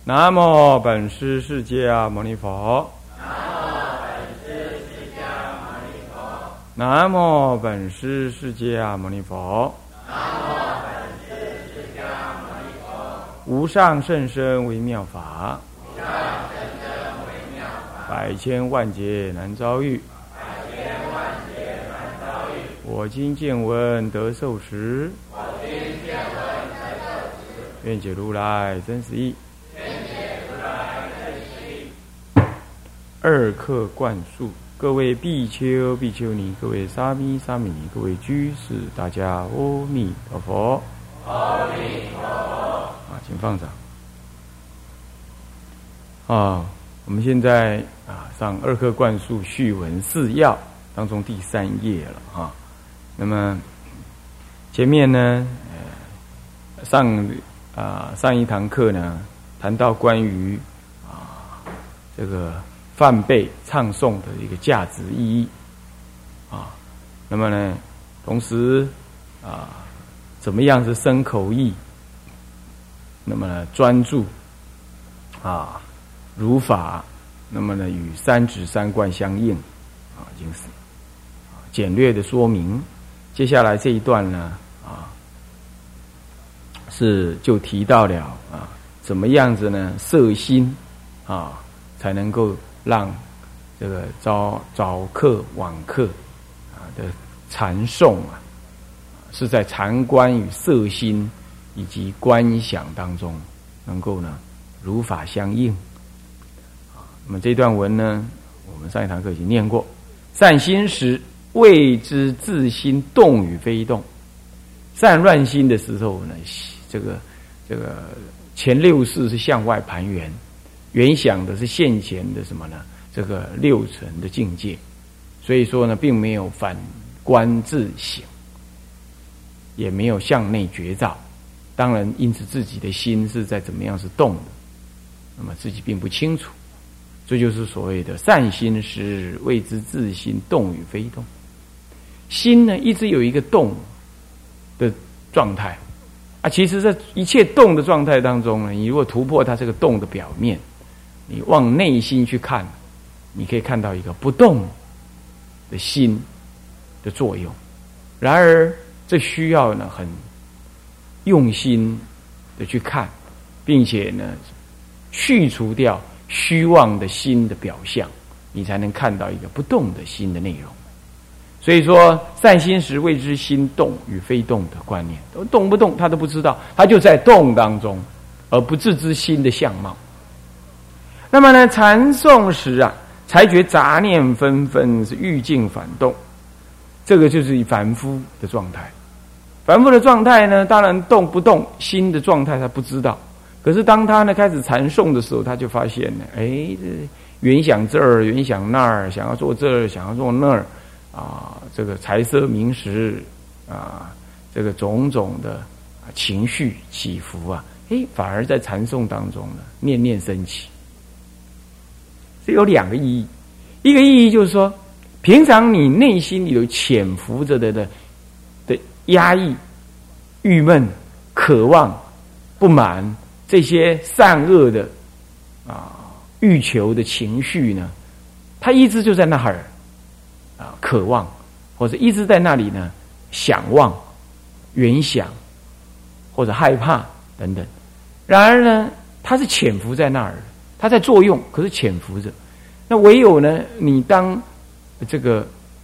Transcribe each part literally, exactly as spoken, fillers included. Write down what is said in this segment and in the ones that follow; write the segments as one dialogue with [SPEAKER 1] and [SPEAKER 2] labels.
[SPEAKER 1] 南无本师释迦牟尼佛。南无本师释迦牟尼佛。无上甚深微妙法，百千万劫难遭遇。我今见闻得受持，愿解如来真实义。二课灌输，各位比丘、比丘尼，各位沙弥、沙弥尼，各位居士，大家阿弥陀佛。阿弥陀佛。啊，请放掌。啊，我们现在啊上二课灌输序文四要当中第三页了啊。那么前面呢，呃、上啊上一堂课呢谈到关于啊这个梵呗唱诵的一个价值意义啊，那么呢，同时啊，怎么样是生口意？那么呢，专注啊，如法，那么呢，与三指三观相应啊，已经是啊简略的说明。接下来这一段呢，啊，是就提到了啊，怎么样子呢？摄心啊，才能够让这个早早课晚课啊的禅诵啊，是在禅观与摄心以及观想当中，能够呢如法相应。啊，那么这段文呢，我们上一堂课已经念过。善心时，谓之自心动与非动。散乱心的时候呢，这个这个前六识是向外盘圆。原想的是现前的什么呢？这个六尘的境界，所以说呢，并没有反观自省，也没有向内觉照。当然，因此自己的心是在怎么样是动的，那么自己并不清楚。这就是所谓的善心时，谓之自心动与非动。心呢，一直有一个动的状态啊。其实，在一切动的状态当中呢，你如果突破它这个动的表面，你往内心去看，你可以看到一个不动的心的作用。然而，这需要呢很用心的去看，并且呢去除掉虚妄的心的表象，你才能看到一个不动的心的内容。所以说，善心时谓之心动与非动的观念，动不动他都不知道，他就在动当中，而不自知心的相貌。那么呢，禅诵时啊，才觉杂念纷纷，是欲境反动，这个就是凡夫的状态。凡夫的状态呢，当然动不动心的状态他不知道，可是当他呢开始禅诵的时候，他就发现呢，哎，这原想这儿，原想那儿，想要做这儿，想要做那儿啊，这个财色名食啊，这个种种的情绪起伏啊，哎，反而在禅诵当中呢，念念升起。这有两个意义，一个意义就是说，平常你内心里有潜伏着的的的压抑、郁闷、渴望、不满这些善恶的啊欲求的情绪呢，它一直就在那儿啊，渴望或者一直在那里呢，想望、原想或者害怕等等。然而呢，它是潜伏在那儿的。它在作用，可是潜伏着。那唯有呢，你当这个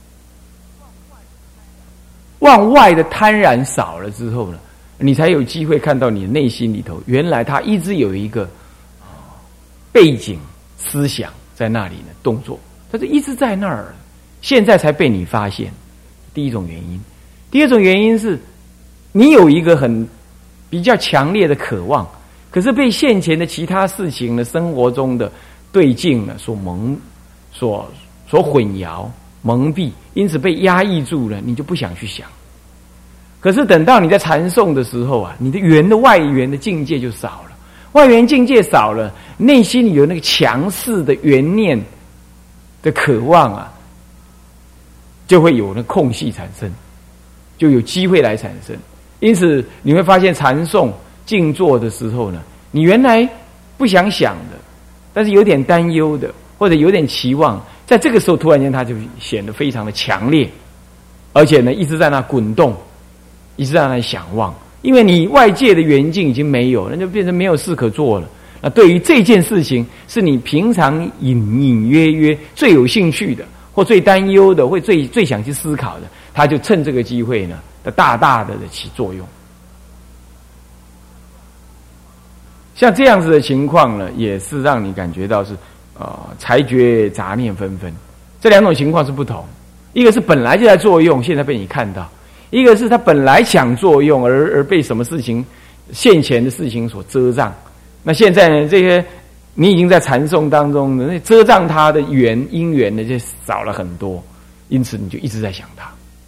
[SPEAKER 1] 往外的贪婪少了之后呢，你才有机会看到你内心里头，原来它一直有一个背景思想在那里呢，动作，它是一直在那儿，现在才被你发现。第一种原因，第二种原因是，你有一个很比较强烈的渴望。可是被现前的其他事情呢，生活中的对境呢所蒙、所所混淆、蒙蔽，因此被压抑住了，你就不想去想。可是等到你在禅诵的时候啊，你的缘的外缘的境界就少了，外缘境界少了，内心里有那个强势的缘念的渴望啊，就会有那空隙产生，就有机会来产生。因此你会发现禅诵静坐的时候呢，你原来不想想的，但是有点担忧的，或者有点期望，在这个时候突然间它就显得非常的强烈，而且呢一直在那滚动，一直在那想望，因为你外界的缘境已经没有，那就变成没有事可做了。那对于这件事情是你平常隐隐约约最有兴趣的，或最担忧的，或最最想去思考的，他就趁这个机会呢，大大的起作用。像这样子的情况呢，也是让你感觉到是呃才觉杂念纷纷。这两种情况是不同，一个是本来就在作用，现在被你看到；一个是他本来想作用，而而被什么事情现前的事情所遮障。那现在呢，这些你已经在禅诵当中呢，那遮障它的缘因缘呢就少了很多，因此你就一直在想它。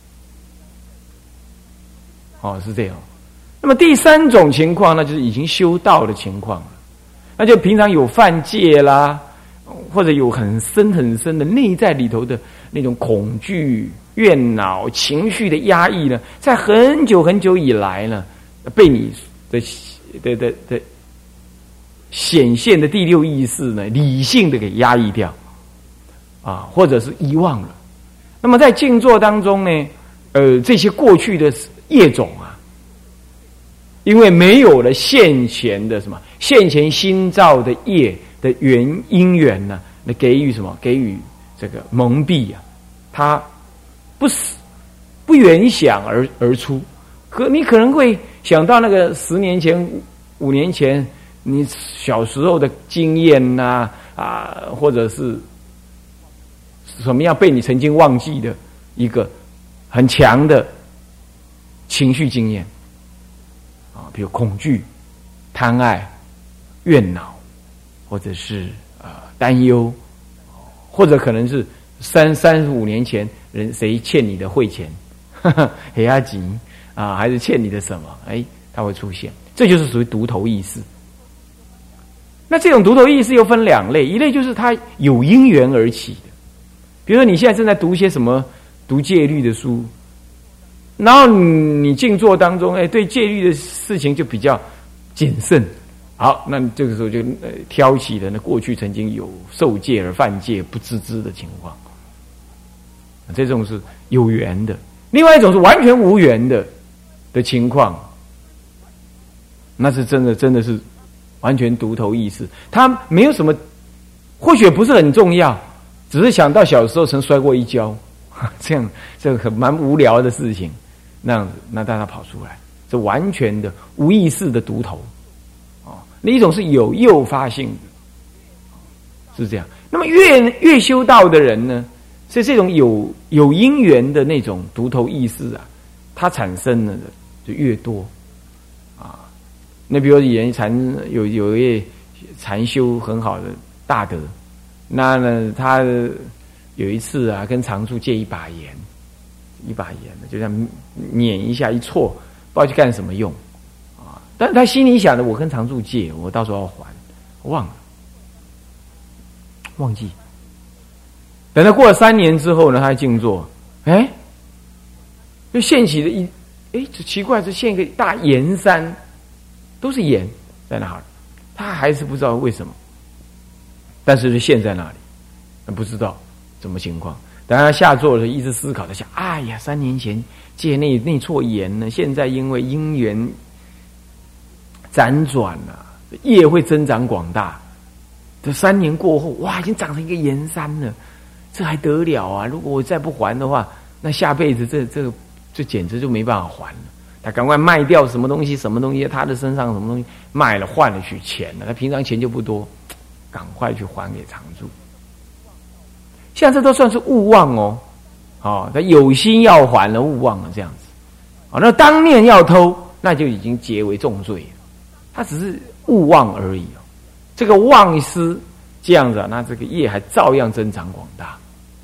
[SPEAKER 1] 哦，是这样。那么第三种情况呢，就是已经修道的情况了，那就平常有犯戒啦，或者有很深很深的内在里头的那种恐惧、怨恼、情绪的压抑呢，在很久很久以来呢，被你的的的的显现的第六意识呢，理性的给压抑掉，啊，或者是遗忘了。那么在静坐当中呢，呃，这些过去的业种啊，因为没有了现前的什么现前心造的业的原因缘呢，那给予什么？给予这个蒙蔽啊，它不是不原想而而出。可你可能会想到那个十年前、五年前。你小时候的经验呐、啊，啊，或者是什么样被你曾经忘记的一个很强的情绪经验啊，比如恐惧、贪爱、怨恼，或者是呃担忧，或者可能是三三十五年前人谁欠你的汇钱，黑阿吉啊，还是欠你的什么？哎，它会出现，这就是属于独头意识。那这种独头意识又分两类，一类就是它有因缘而起的，比如说你现在正在读一些什么读戒律的书，然后你静坐当中，哎，对戒律的事情就比较谨慎，好，那这个时候就、呃、挑起了那过去曾经有受戒而犯戒不自知的情况，这种是有缘的。另外一种是完全无缘的的情况，那是真的真的是完全独头意识，他没有什么，或许不是很重要，只是想到小时候曾摔过一跤，这样这个很蛮无聊的事情，那样子，那让他跑出来，这完全的无意识的独头，哦，那一种是有诱发性的，是这样。那么越越修道的人呢，是这种有有因缘的那种独头意识啊，它产生了的就越多。那比如以前禅有有一位禅修很好的大德，那呢他有一次啊跟常住借一把盐，一把盐就这样碾一下一错，不知道去干什么用啊。但他心里想的，我跟常住借，我到时候要还，我忘了，忘记。等他过了三年之后呢，他静坐，哎，就现起了一，哎，这奇怪，这现一个大盐山。都是盐在那儿，他还是不知道为什么，但是就陷在那里，不知道什么情况。等他下座的时候，一直思考，他想：哎呀，三年前借那那撮盐呢，现在因为因缘辗转了，业会增长广大。这三年过后，哇，已经长成一个盐山了，这还得了啊！如果我再不还的话，那下辈子这这个这简直就没办法还了。他赶快卖掉什么东西，什么东西，他的身上什么东西卖了，换了去钱了。他平常钱就不多，赶快去还给常住。像这都算是勿忘哦，哦，他有心要还了，勿忘了这样子。哦，那当面要偷，那就已经结为重罪了。他只是勿忘而已哦。这个忘失这样子啊，那这个业还照样增长广大。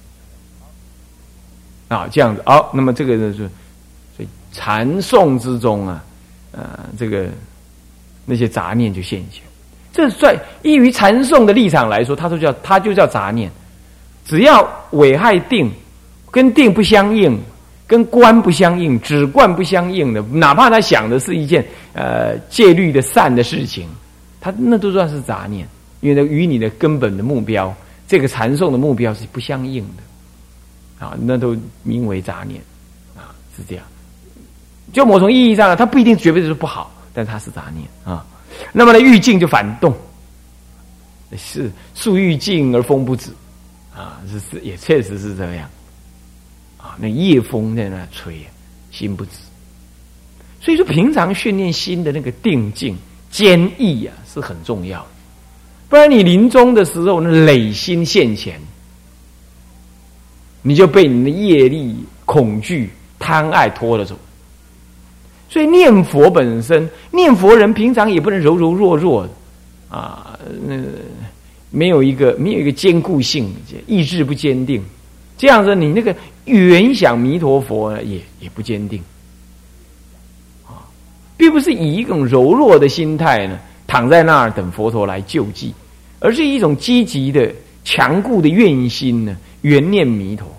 [SPEAKER 1] 啊，这样子。好，那么这个呢是。禅诵之中啊，呃，这个那些杂念就现前。这在依于禅诵的立场来说，它就叫它就叫杂念。只要危害定，跟定不相应，跟观不相应，止观不相应的，哪怕他想的是一件呃戒律的善的事情， 它那都算是杂念，因为与你的根本的目标，这个禅诵的目标是不相应的，啊，那都名为杂念，啊，是这样。就某种意义上呢，它不一定绝对是不好，但它是杂念啊。那么呢，欲静就反动，是树欲静而风不止，啊，是是也确实是这样，啊，那夜风在那吹，心不止。所以说，平常训练心的那个定静、坚毅啊，是很重要的。不然你临终的时候，那累心现前，你就被你的业力、恐惧、贪爱拖了走。所以念佛本身，念佛人平常也不能柔柔弱弱的啊，那没有一个没有一个坚固性，意志不坚定，这样子你那个原想弥陀佛呢，也也不坚定啊，并不是以一种柔弱的心态呢，躺在那儿等佛陀来救济，而是一种积极的、强固的愿心呢，缘念弥陀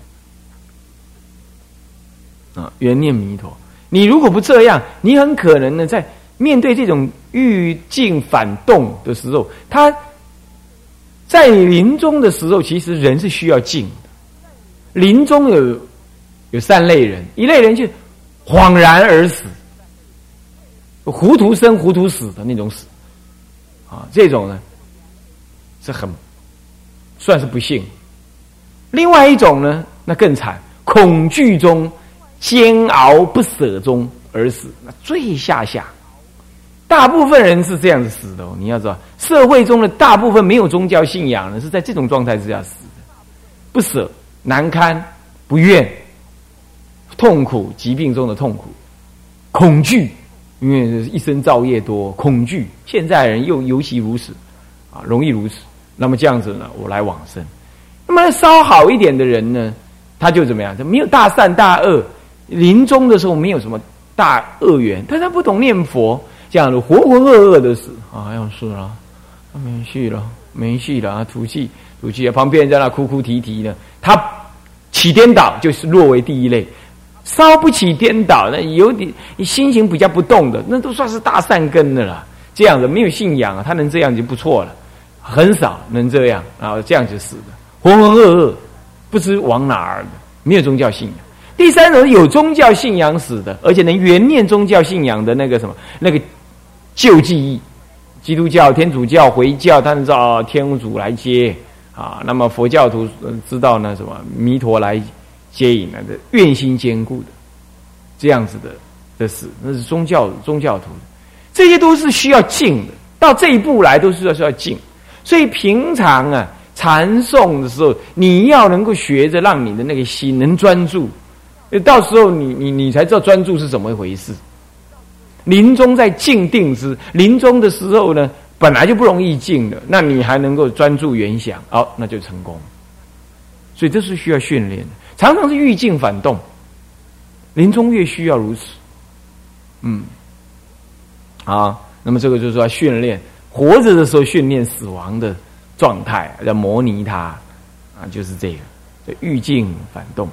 [SPEAKER 1] 啊，缘念弥陀。你如果不这样，你很可能呢，在面对这种欲静反动的时候，他在临终的时候，其实人是需要静的。临终有有三类人，一类人就恍然而死，糊涂生糊涂死的那种死，啊，这种呢是很算是不幸。另外一种呢，那更惨，恐惧中。煎熬不舍中而死，那最下下，大部分人是这样子死的哦。你要知道，社会中的大部分没有宗教信仰的，是在这种状态之下死的，不舍、难堪、不愿、痛苦，疾病中的痛苦，恐惧，因为一生造业多，恐惧。现在人又尤其如此啊，容易如此。那么这样子呢，我来往生。那么稍好一点的人呢，他就怎么样？他没有大善大恶。临终的时候没有什么大恶缘，但他不懂念佛，这样的浑浑噩噩的死啊，要死了，没戏了，没戏了啊，吐气吐气，旁边人在那哭哭啼啼的，他起颠倒就是落为第一类，稍不起颠倒，那有点心情比较不动的，那都算是大善根的了。这样的没有信仰啊，他能这样就不错了，很少能这样，然后这样就死的，浑浑噩噩，不知往哪儿的，没有宗教信仰。第三种有宗教信仰死的，而且能缘念宗教信仰的那个什么那个旧记忆，基督教、天主教、回教，他们知道天主来接啊，那么佛教徒知道呢什么弥陀来接引的，愿心坚固的这样子的的死，那是宗教宗教徒，这些都是需要静的，到这一步来都是要需要静，所以平常啊禅诵的时候，你要能够学着让你的那个心能专注。到时候你你你才知道专注是怎么一回事。临终在静定之，临终的时候呢，本来就不容易静的，那你还能够专注原想，哦，那就成功。所以这是需要训练的，常常是欲静反动，临终越需要如此。嗯，啊，那么这个就是说训练活着的时候训练死亡的状态，要模拟它啊，就是这个，就欲静反动。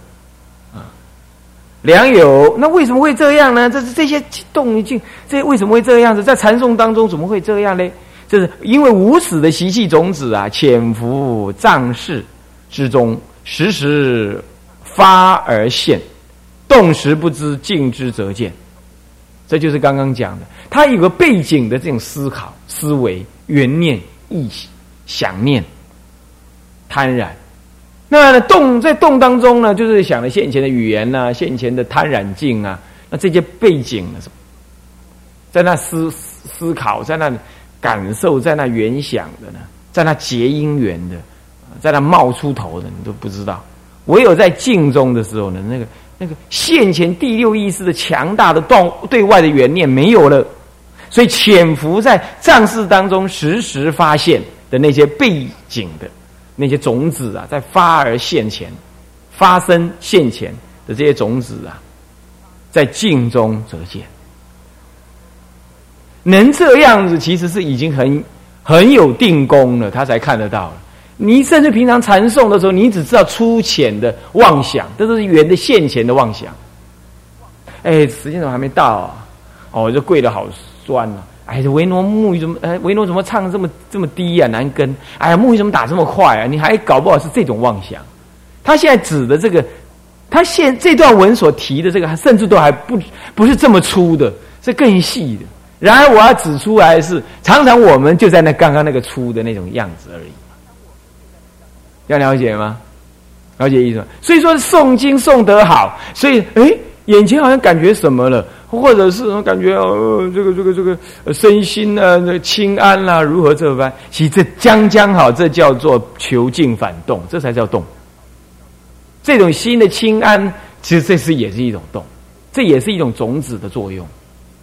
[SPEAKER 1] 良友，那为什么会这样呢？这是这些动静，这为什么会这样子？在禅诵当中怎么会这样呢？这是因为无始的习气种子啊，潜伏藏识之中，时时发而现，动时不知，静之则见。这就是刚刚讲的，它有个背景的这种思考、思维、缘念、意想念、贪婪。那动在动当中呢，就是想了现前的语言啊，现前的贪婪境啊，那这些背景呢，在那思思考，在那感受，在那原想的呢，在那结因缘的，在那冒出头的，你都不知道。唯有在静中的时候呢，那个那个现前第六意识的强大的动对外的缘念没有了，所以潜伏在藏识当中时时发现的那些背景的。那些种子啊，在发而现前、发生现前的这些种子啊，在静中则见。能这样子，其实是已经很很有定功了，他才看得到了。你甚至平常禅诵的时候，你只知道粗浅的妄想，这都是缘的现前的妄想。哎，时间怎么还没到啊？哦，这跪得好酸啊！ 哎，维诺木鱼怎么？哎，维诺怎么唱这么这么低啊，难跟？哎呀，木鱼怎么打这么快啊？你还搞不好是这种妄想。他现在指的这个，他现这段文所提的这个，甚至都还不不是这么粗的，是更细的。然而我要指出来的是，常常我们就在那刚刚那个粗的那种样子而已。要了解吗？了解意思吗？所以说诵经诵得好，所以哎，眼前好像感觉什么了，或者是感觉呃这个这个这个、呃、身心啊这个清安啦、啊，如何这般？其实这将将好，这叫做求静反动，这才叫动。这种心的清安，其实这是也是一种动，这也是一种种子的作用。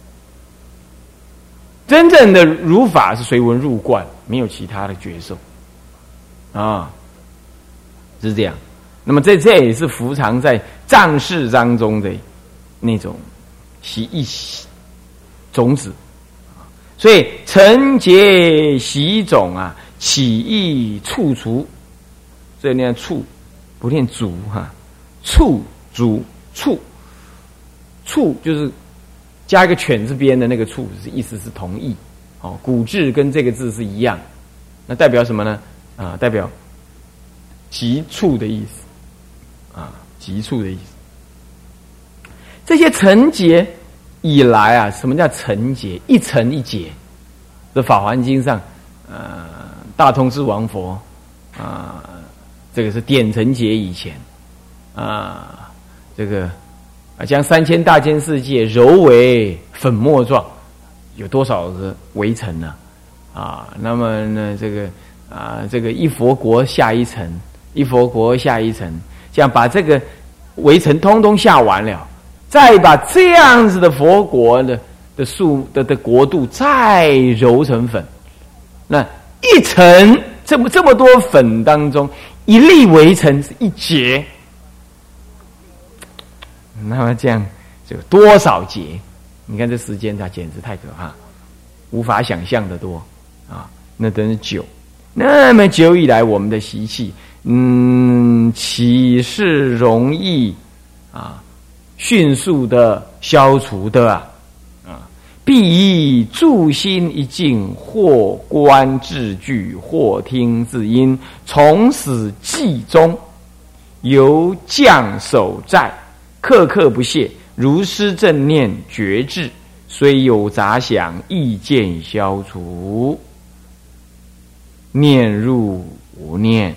[SPEAKER 1] 真正的如法是随文入观，没有其他的觉受啊，是这样。那么这这也是伏藏在藏式当中的那种习一种子，所以成结习种啊，起意处除，这念处不念足哈，处足处处就是加一个犬字边的那个处，是意思是同义哦，古字跟这个字是一样，那代表什么呢？啊，代表急促的意思。啊，急促的意思。这些成劫以来啊，什么叫成劫？一层一劫。这《法华经》上，呃，大通智王佛啊、呃，这个是点成劫以前啊、呃，这个啊，将三千大千世界揉为粉末状，有多少个围城呢？啊，那么呢，这个啊、呃，这个一佛国下一层，一佛国下一层。这样把这个围城通通下完了，再把这样子的佛国的的数的的国度再揉成粉，那一层这么这么多粉当中，一粒围城是一劫，那么这样就多少劫？你看这时间它简直太可怕，无法想象的多啊！那真是久，那么久以来我们的习气。嗯，岂是容易啊，迅速的消除的啊？啊，必以助心一静，或观字句，或听字音，从此记中，由降守在，刻刻不懈，如师正念觉志，虽有杂想，意见消除，念入无念。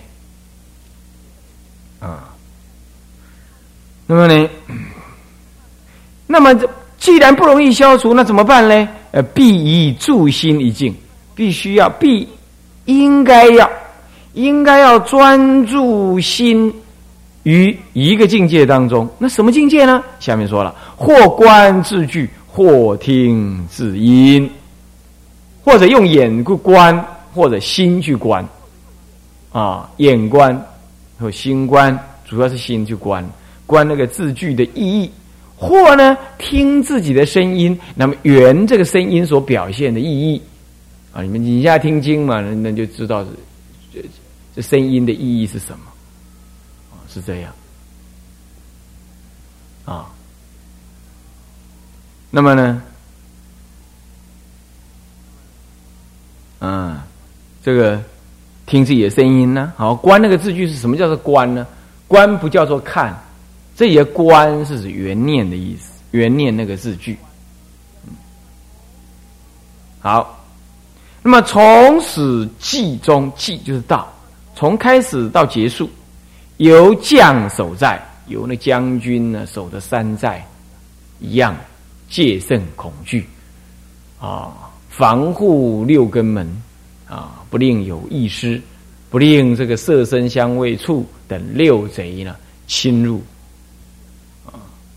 [SPEAKER 1] 啊，那么呢？那么既然不容易消除，那怎么办呢？呃，必以助心一静，必须要必应该要应该要专注心于一个境界当中。那什么境界呢？下面说了：或观字句，或听字音，或者用眼去观，或者心去观。啊，眼观。或心观，主要是心去观，观那个字句的意义，或呢听自己的声音，那么圆这个声音所表现的意义啊，你们你现在听经嘛，那就知道这这声音的意义是什么啊，是这样啊。那么呢，嗯，这个。听自己的声音呢？好，观那个字句是什么叫做观呢？观不叫做看，这里的观是指缘念的意思，缘念那个字句。好，那么从始记中，记就是到，从开始到结束，由将守在，由那将军呢守的山寨一样，戒慎恐惧啊，防护六根门。啊，不令有异失，不令这个色声香味触等六贼呢侵入，啊，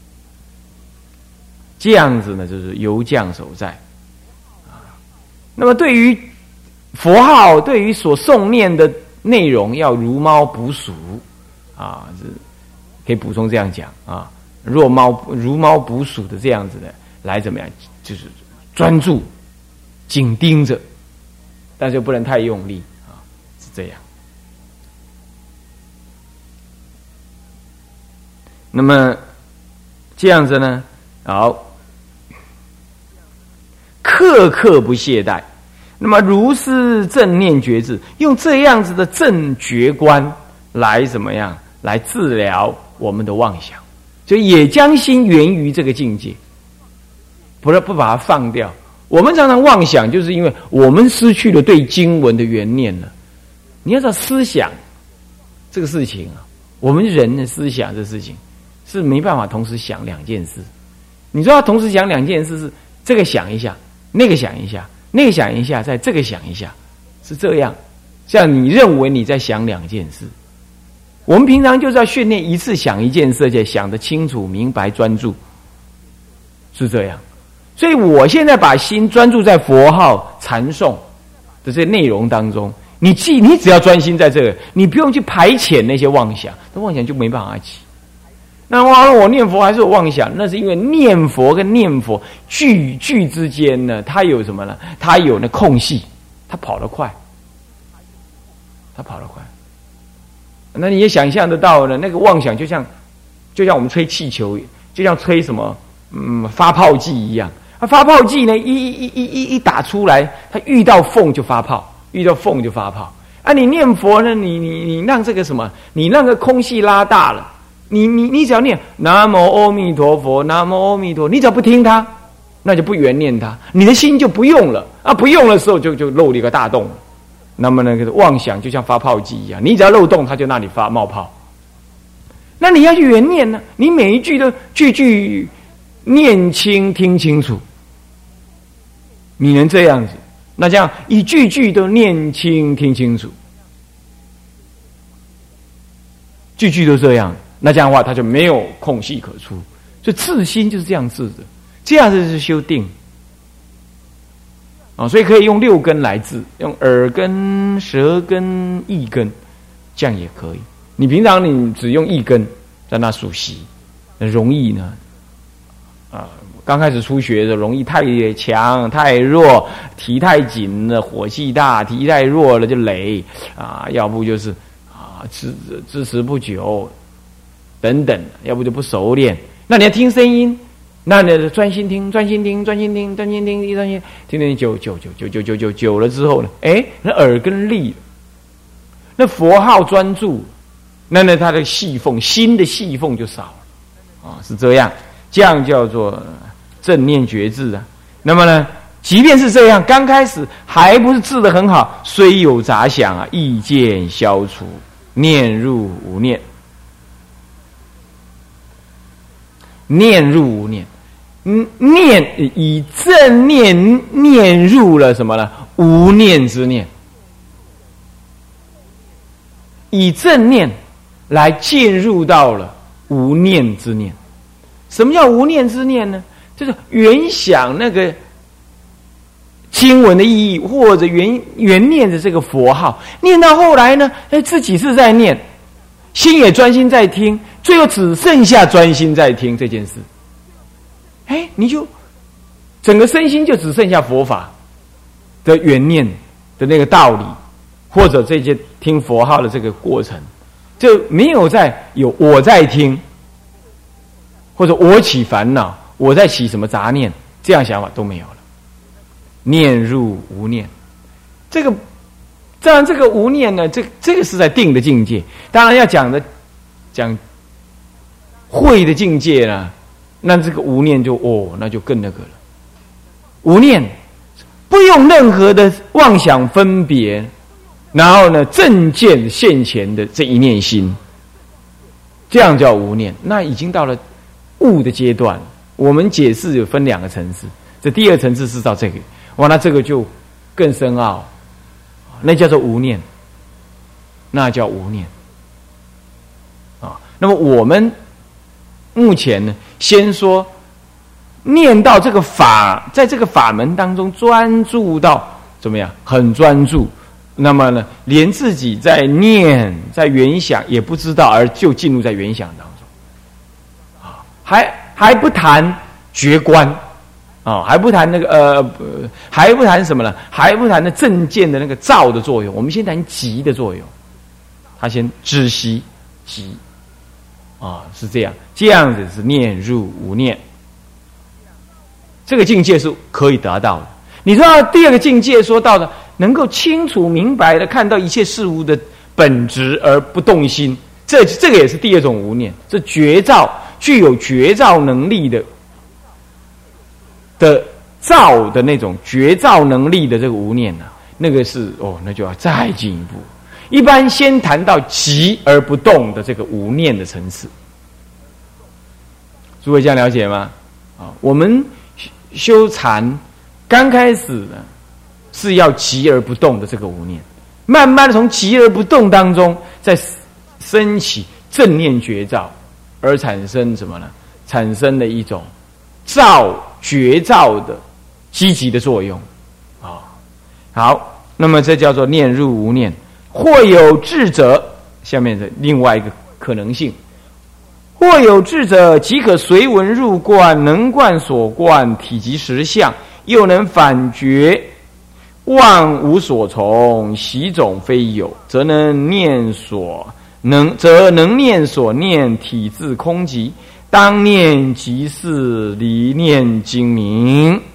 [SPEAKER 1] 这样子呢就是由将守在，啊，那么对于佛号，对于所诵念的内容，要如猫捕鼠，啊，是可以补充这样讲啊，若猫如猫捕鼠的这样子的来怎么样，就是专注紧盯着。但是不能太用力啊，是这样。那么这样子呢，好， 刻刻不懈怠。那么如是正念觉智，用这样子的正觉观来怎么样来治疗我们的妄想，就也将心源于这个境界，不是不把它放掉。我们常常妄想，就是因为我们失去了对经文的缘念了。你要知道思想这个事情啊，我们人的思想这事情是没办法同时想两件事。你说要同时想两件事，是这个想一下，那个想一下，那个想一下，再这个想一下，是这样。像你认为你在想两件事，我们平常就是要训练一次想一件事，而且想得清楚、明白、专注，是这样。所以我现在把心专注在佛号禅诵的这内容当中，你记，你只要专心在这个，你不用去排遣那些妄想，那妄想就没办法起。那完了，我念佛还是有妄想，那是因为念佛跟念佛句句之间呢，它有什么呢？它有那空隙，它跑得快，它跑得快。那你也想象得到呢，那个妄想就像就像我们吹气球，就像吹什么嗯发泡剂一样。啊，发泡剂呢，一一一一一打出来，它遇到缝就发泡，遇到缝就发泡。啊，你念佛呢，你你你让这个什么，你让个空隙拉大了，你你你只要念南无阿弥陀佛，南无阿弥陀，你只要不听它，那就不缘念它，你的心就不用了啊，不用的时候就就漏了一个大洞。那么那个妄想就像发泡剂一样，你只要漏洞，它就那里发冒泡。那你要去缘念呢，你每一句都句句念清听清楚，你能这样子，那这样一句句都念清听清楚，句句都这样，那这样的话它就没有空隙可出。所以自心就是这样治的，这样子是修定啊，所以可以用六根来治，用耳根、舌根、意根，这样也可以。你平常你只用意根在那数息，容易呢啊，刚开始初学的容易太强太弱，提太紧了火气大，提太弱了就累啊，要不就是啊支支持不久等等，要不就不熟练。那你要听声音，那你专心听专心听专心听专心听专心听听久久久久久久久久了之后呢，哎，那耳根利了，那佛号专注，那那它的细缝心的细缝就少了啊，是这样。这样叫做正念觉智啊。那么呢，即便是这样，刚开始还不是治得很好，虽有杂想啊，意见消除，念入无念，念入无念，嗯，念以正念念入了什么呢？无念之念，以正念来进入到了无念之念。什么叫无念之念呢？就是原想那个经文的意义，或者原原念的这个佛号，念到后来呢，哎，自己是在念，心也专心在听，最后只剩下专心在听这件事。哎，你就整个身心就只剩下佛法的原念的那个道理，或者这些听佛号的这个过程，就没有在有我在听。或者我起烦恼，我在起什么杂念，这样想法都没有了。念入无念，这个当然这个无念呢，这这个是在定的境界。当然要讲的讲慧的境界呢，那这个无念就哦，那就更那个了。无念不用任何的妄想分别，然后呢正见现前的这一念心，这样叫无念。那已经到了悟的阶段。我们解释有分两个层次，这第二层次是到这个，哇，那这个就更深奥，那叫做无念，那叫无念啊。那么我们目前呢，先说念到这个法，在这个法门当中专注到怎么样，很专注，那么呢，连自己在念在原想也不知道，而就进入在原想当中啊，还还不谈觉观啊，还不谈那个呃，还不谈什么呢？还不谈那正见的那个照的作用。我们先谈极的作用，他先知悉极啊，是这样，这样子是念入无念，这个境界是可以得到的。 你知道第二个境界说到的，能够清楚明白的看到一切事物的本质而不动心，这这个也是第二种无念，这觉照具有觉照能力的的照的那种觉照能力的这个无念呢、啊，那个是哦，那就要再进一步。一般先谈到寂而不动的这个无念的层次，诸位这样了解吗？啊，我们修禅刚开始呢是要寂而不动的这个无念，慢慢的从寂而不动当中再升起正念觉照，而产生什么呢？产生了一种照觉照的积极的作用啊。好，那么这叫做念入无念。或有智者，下面的另外一个可能性，或有智者即可随文入观，能观所观，体即实相，又能反觉万无所从，习种非有，则能念所能则能念所念，体自空寂，当念即是离念精明。